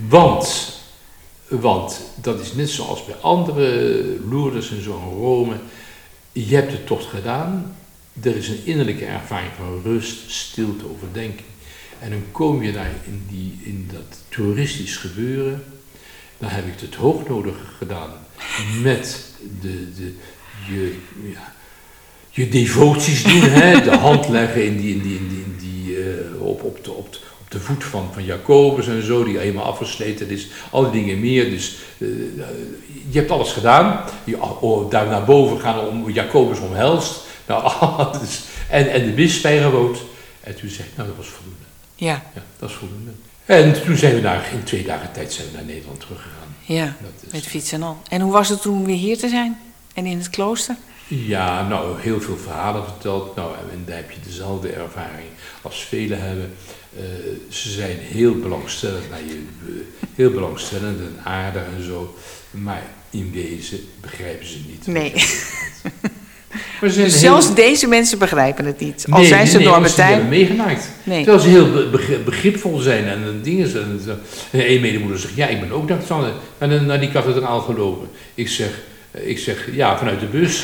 Want dat is net zoals bij andere Lourdes en zo in Rome. Je hebt de tocht gedaan er is een innerlijke ervaring van rust, stilte, overdenking. En dan kom je daar in dat toeristisch gebeuren. Dan heb ik het hoognodige gedaan met je devoties doen, hè? De hand leggen op de voet van Jacobus en zo, die helemaal afgesleten is, al die dingen meer. Dus je hebt alles gedaan. Daar naar boven gaan om Jacobus omhelst. Nou, dus, en de mis bijgewoond. En toen zei ik, nou, dat was voldoende. Ja, dat is voldoende. En toen zijn we in 2 dagen tijd zijn we naar Nederland teruggegaan. Ja, met fiets en al. En hoe was het toen weer hier te zijn? En in het klooster? Ja, nou, heel veel verhalen verteld. Nou, en daar heb je dezelfde ervaring als velen hebben. Ze zijn heel belangstellend naar je, heel belangstellend en aardig en zo. Maar in wezen begrijpen ze niet. Nee. Dus zelfs deze mensen begrijpen het niet. Al zijn ze Norbertijn. Ze hebben meegemaakt. Nee. Terwijl ze heel begripvol zijn en dingen zijn. En een medemoeder zegt, ja, ik ben ook naar die kathedraal gelopen. Ik zeg, ja, vanuit de bus.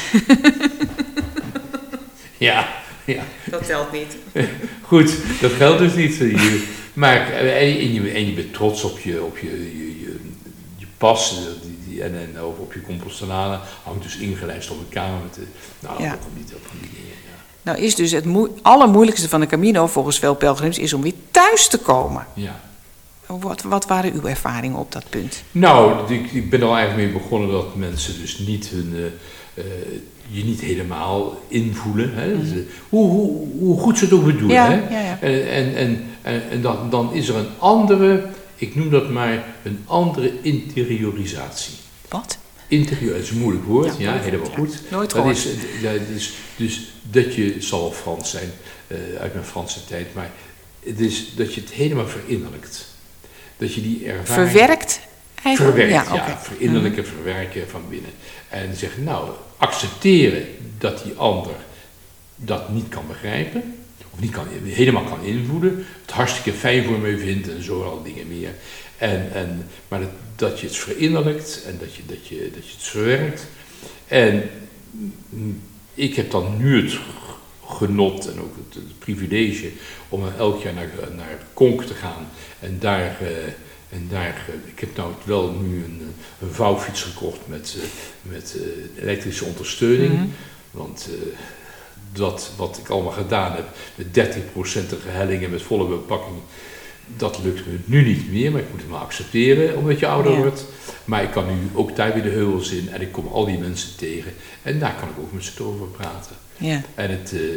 Ja. Dat telt niet. Goed, dat geldt dus niet. Maar en je bent trots op je pas en op je compostelane. Hangt dus ingelijst op een kamer. Van die dingen. Ja. Nou is dus het allermoeilijkste van de Camino volgens veel pelgrims is om weer thuis te komen. Ja. Wat waren uw ervaringen op dat punt? Nou, ik ben er al eigenlijk mee begonnen dat mensen dus niet je niet helemaal invoelen. Hè? Dus, hoe goed ze het ook bedoelen. Ja, hè? Ja. En dan is er een andere, ik noem dat maar een andere interiorisatie. Wat? Interieur, dat is een moeilijk woord, ja helemaal goed. Nooit gehoord. Dus dat je, zal wel Frans zijn, uit mijn Franse tijd, maar het is dat je het helemaal verinnerlijkt. Dat je die ervaring... Verwerkt eigenlijk? Verwerkt, ja. Verinnerlijken, verwerken van binnen. En zeggen, nou, accepteren dat die ander dat niet kan begrijpen, of niet helemaal kan invoelen, het hartstikke fijn voor me vindt en zo al dingen meer. Maar dat je het verinnerlijkt en dat je het verwerkt. En ik heb dan nu het genot en ook het privilege om elk jaar naar Conk te gaan en daar ik heb nou wel nu een vouwfiets gekocht met elektrische ondersteuning. Mm-hmm. Want dat wat ik allemaal gedaan heb, met 30% hellingen, met volle bepakking, dat lukt me nu niet meer. Maar ik moet het maar accepteren, omdat je ouder wordt. Maar ik kan nu ook daar weer de heuvels in en ik kom al die mensen tegen. En daar kan ik ook met ze over praten. Ja. En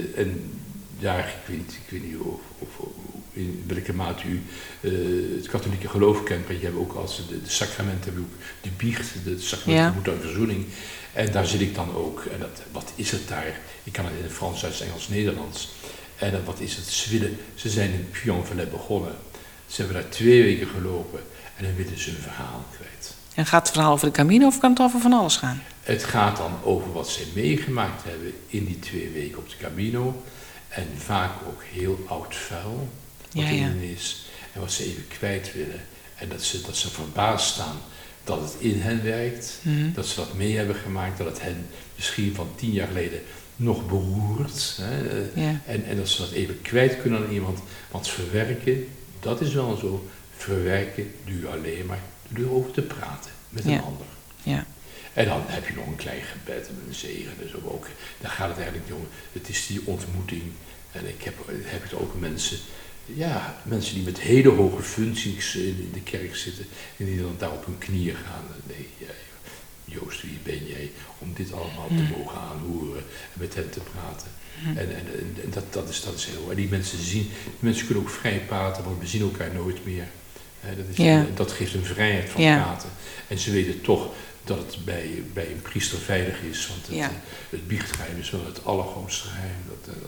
ik weet niet of in welke mate u het katholieke geloof kent, maar je hebt ook als de sacramenten, hebben ook de biecht, de sacramenten moet aan verzoening. En daar zit ik dan ook. En wat is het daar? Ik kan het in het Frans, Duits, Engels, Nederlands. En wat is het? Ze zijn in Puy-en-Velay begonnen. Ze hebben daar 2 weken gelopen en dan willen ze hun verhaal kwijt. En gaat het verhaal over de Camino of kan het over van alles gaan? Het gaat dan over wat zij meegemaakt hebben in die 2 weken op de Camino. En vaak ook heel oud vuil. Wat in is en wat ze even kwijt willen. En dat ze verbaasd staan dat het in hen werkt. Mm-hmm. Dat ze dat mee hebben gemaakt. Dat het hen misschien van 10 jaar geleden nog beroert. Hè? En dat ze dat even kwijt kunnen aan iemand. Want verwerken, dat is wel zo. Verwerken doe je alleen maar door erover te praten met een ander. Ja. En dan heb je nog een klein gebed en een zegen. Dus ook, daar gaat het eigenlijk om. Het is die ontmoeting. En ik heb het ook mensen die met hele hoge functies in de kerk zitten en die dan daar op hun knieën gaan. Nee, Joost, wie ben jij om dit allemaal te mogen aanhoren en met hen te praten. En dat is heel. En die mensen kunnen ook vrij praten, want we zien elkaar nooit meer. Dat geeft een vrijheid van praten. En ze weten toch dat het bij een priester veilig is, want het biechtgeheim is wel het allergrootste geheim.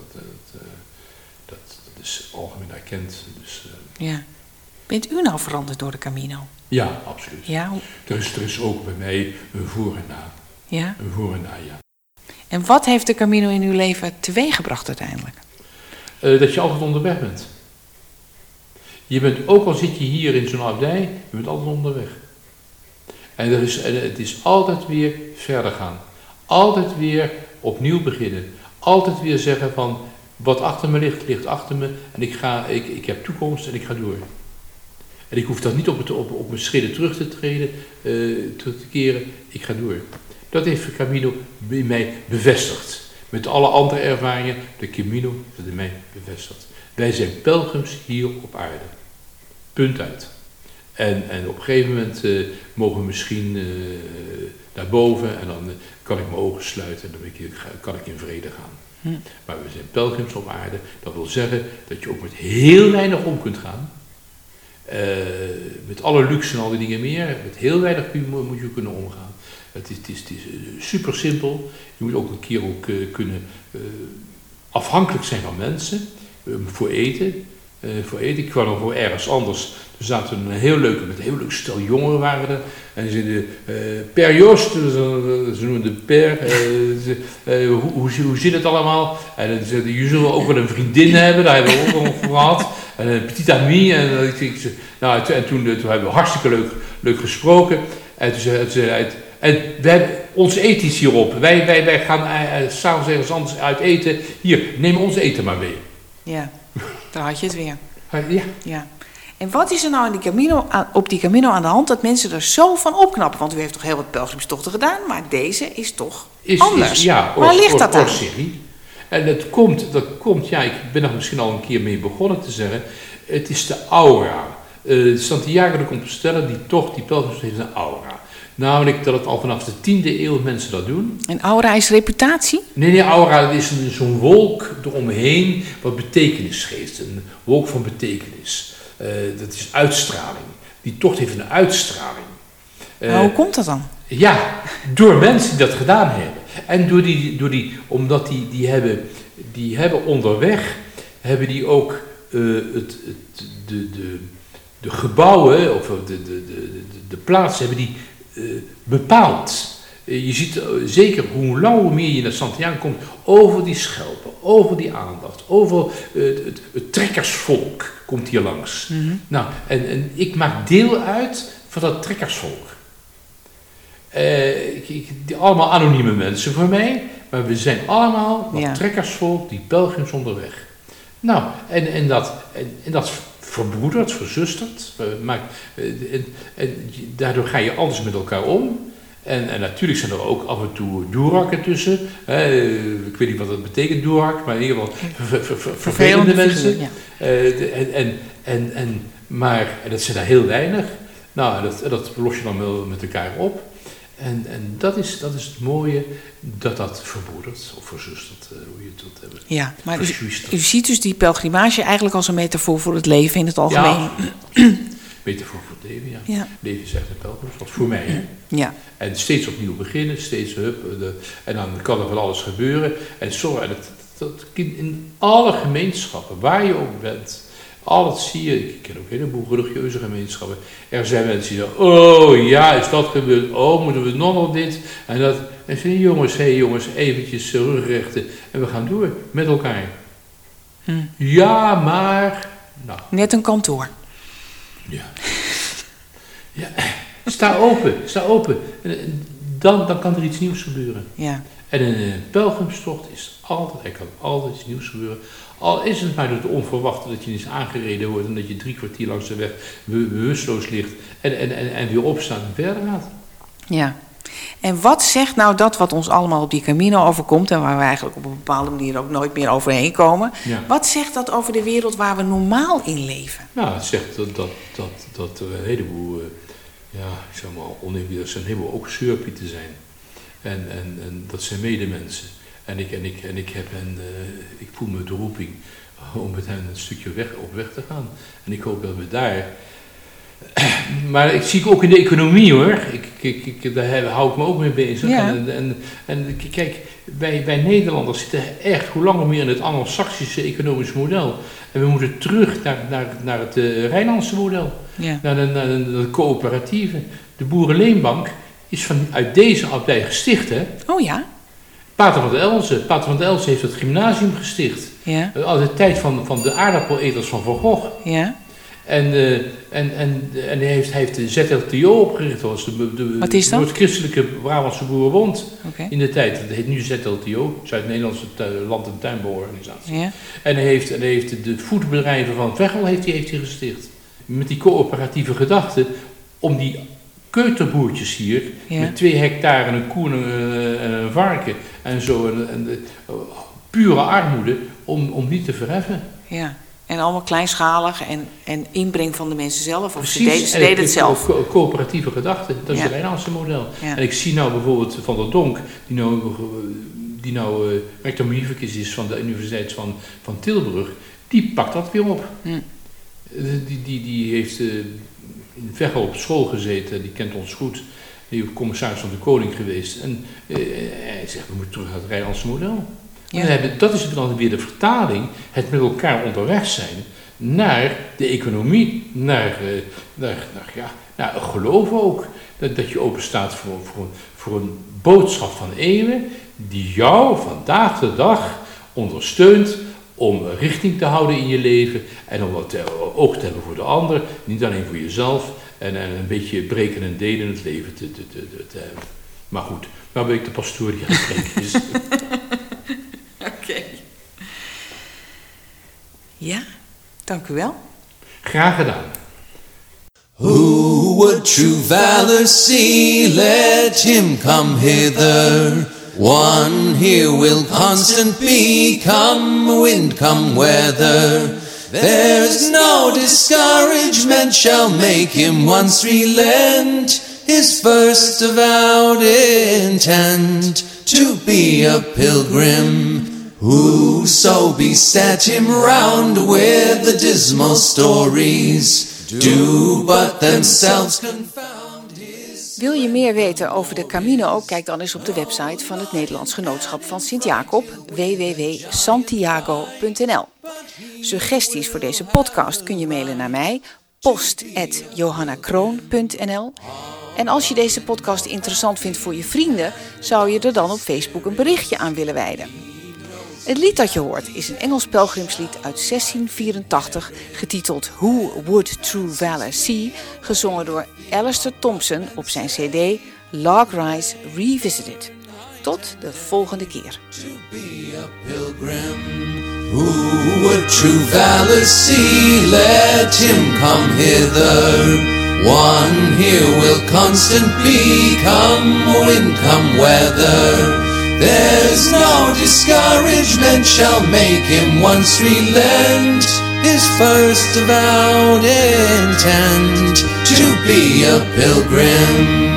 Dat is algemeen erkend. Dus, Bent u nou veranderd door de Camino? Ja, absoluut. Ja? Er is ook bij mij een voor en na. Ja? Een voor en na, ja. En wat heeft de Camino in uw leven teweeggebracht uiteindelijk? Dat je altijd onderweg bent. Je bent, ook al zit je hier in zo'n abdij, je bent altijd onderweg. En het is altijd weer verder gaan. Altijd weer opnieuw beginnen. altijd weer zeggen van, wat achter me ligt, ligt achter me. En ik heb toekomst en ik ga door. En ik hoef dat niet op mijn schreden terug te keren. Ik ga door. Dat heeft Camino in mij bevestigd. Met alle andere ervaringen, de Camino heeft het in mij bevestigd. Wij zijn pelgrims hier op aarde. Punt uit. En op een gegeven moment mogen we misschien naar boven en dan kan ik mijn ogen sluiten en dan kan ik in vrede gaan. Maar we zijn pelgrims op aarde. Dat wil zeggen dat je ook met heel weinig om kunt gaan. Met alle luxe en al die dingen meer. Met heel weinig moet je kunnen omgaan. Het is super simpel. Je moet ook een keer kunnen afhankelijk zijn van mensen. Voor eten. Ik kwam nog voor ergens anders. Er zaten met een heel leuk stel jongeren waren er. En ze zeiden, Per Joost, ze noemen de Per, hoe zit het allemaal? En dan zeiden, je zult ook wel een vriendin hebben, daar hebben we ook al gehad. En een petite amie. En toen hebben we hartstikke leuk gesproken. En toen zei hij, en we hebben ons eten is hierop. Wij gaan s'avonds ergens anders uit eten. Hier, neem ons eten maar mee. Ja, daar had je het weer. Ja. En wat is er nou op die Camino aan de hand dat mensen er zo van opknappen? Want u heeft toch heel wat pelgrimstochten gedaan, maar deze is toch anders. Waar ligt dat aan? En dat komt, ik ben er misschien al een keer mee begonnen te zeggen. Het is de aura. Santiago de Compostela, die pelgrims heeft een aura. Namelijk dat het al vanaf de 10e eeuw mensen dat doen. En aura is reputatie? Nee, aura is zo'n wolk eromheen wat betekenis geeft. Een wolk van betekenis. Dat is uitstraling. Die tocht heeft een uitstraling. Maar hoe komt dat dan? Ja, door mensen die dat gedaan hebben. En omdat die hebben onderweg, hebben die ook de gebouwen, of de plaatsen, hebben die bepaald. Je ziet zeker hoe langer hoe meer je naar Santiago komt, over die schelpen, over die aandacht, over het trekkersvolk komt hier langs. Mm-hmm. Nou, en ik maak deel uit van dat trekkersvolk. Allemaal anonieme mensen voor mij, maar we zijn allemaal dat trekkersvolk, die pelgrims onderweg. Nou, en dat verbroedert, verzustert, en daardoor ga je anders met elkaar om. En natuurlijk zijn er ook af en toe doerakken tussen. Ik weet niet wat dat betekent, doerak, maar in ieder geval vervelende mensen. Ja. Maar dat zijn er heel weinig. Nou, dat los je dan met elkaar op. En dat is het mooie, dat verbroedert of verzustert, hoe je het wilt hebben. Ja, maar u ziet dus die pelgrimage eigenlijk als een metafoor voor het leven in het algemeen. Ja, metafoor voor het leven, ja. Leven is echt een pelgrimstocht, voor mij. Hè? Ja. En steeds opnieuw beginnen, steeds en dan kan er van alles gebeuren. En sorry, dat in alle gemeenschappen, waar je ook bent, alles zie je. Ik ken ook een heleboel religieuze gemeenschappen. Er zijn mensen die zeggen, oh ja, is dat gebeurd? Oh, moeten we nog dit? En dat. En ze zeggen, jongens, eventjes rugrechten. En we gaan door met elkaar. Ja, maar. Nou. Net een kantoor. Ja. Sta open. Dan kan er iets nieuws gebeuren. Ja. En een pelgrimstocht er kan altijd iets nieuws gebeuren. Al is het maar door het onverwachte dat je eens aangereden wordt en dat je 3 kwartier langs de weg bewusteloos ligt en weer opstaat en verder gaat. Ja. En wat zegt nou dat wat ons allemaal op die Camino overkomt en waar we eigenlijk op een bepaalde manier ook nooit meer overheen komen? Ja. Wat zegt dat over de wereld waar we normaal in leven? Nou, het zegt dat er een heleboel, ik zeg maar oneerbiedig zijn, een heleboel ook zeurpieten zijn. En dat zijn medemensen. En ik voel me de roeping om met hen een stukje op weg te gaan. En ik hoop dat we daar. Maar ik zie ook in de economie hoor. Daar hou ik me ook mee bezig. Ja. En kijk, wij Nederlanders zitten echt hoe langer meer in het Anglo-Saxische economisch model. En we moeten terug naar het Rijnlandse model. Ja. Naar de coöperatieve. De Boerenleenbank is uit deze abdij gesticht, hè? Oh ja. Pater van der Elzen heeft het gymnasium gesticht. Ja. Uit de tijd van de aardappeleters van Van Gogh. Ja. En hij heeft de ZLTO opgericht. Dat was Wat is dat? Noord-Christelijke Brabantse Boerenbond. Okay. In de tijd. Dat heet nu ZLTO. Zuid-Nederlandse Land- en Tuinbouworganisatie. Ja. En hij heeft de voederbedrijven van Veghel heeft hij gesticht. Met die coöperatieve gedachte om die keuterboertjes hier, met 2 hectare en een koe en een varken en zo, pure armoede, om die te verheffen. Ja, en allemaal kleinschalig en inbreng van de mensen zelf, of Precies, ze deden het zelf. Coöperatieve gedachte, dat is het Rijnlandse model. Ja. En ik zie nou bijvoorbeeld Van der Donk, die nou rector magnificus is van de Universiteit van Tilburg, die pakt dat weer op. Die heeft in Veghel op school gezeten, die kent ons goed. Die is commissaris van de Koning geweest. En hij zegt, we moeten terug naar het Rijnlandse model. Ja. Dat is dan weer de vertaling, het met elkaar onderweg zijn naar de economie, naar geloof ook. Dat je open staat voor een boodschap van eeuwen die jou vandaag de dag ondersteunt om richting te houden in je leven en om wat oog te hebben voor de ander, niet alleen voor jezelf en een beetje breken en delen in het leven te hebben. Maar goed, nou ben ik de pastoor die aan het spreken is. Oké. Ja, dank u wel. Graag gedaan. Who would true valor see? Let him come hither. One here will constant be, come wind, come weather. There's no discouragement shall make him once relent his first avowed intent to be a pilgrim. Whoso beset him round with the dismal stories do but themselves confound his... Wil je meer weten over de Camino? Kijk dan eens op de website van het Nederlands Genootschap van Sint-Jacob, www.santiago.nl. Suggesties voor deze podcast kun je mailen naar mij, post@johannakroon.nl. En als je deze podcast interessant vindt voor je vrienden, zou je er dan op Facebook een berichtje aan willen wijden. Het lied dat je hoort is een Engels pelgrimslied uit 1684, getiteld Who Would True Valor See, gezongen door Alistair Thompson op zijn cd Log Rise Revisited. Tot de volgende keer. Who would true valor see? Let him come hither. One here will constant be, come wind, come weather. There's no discouragement shall make him once relent his first avowed intent to be a pilgrim.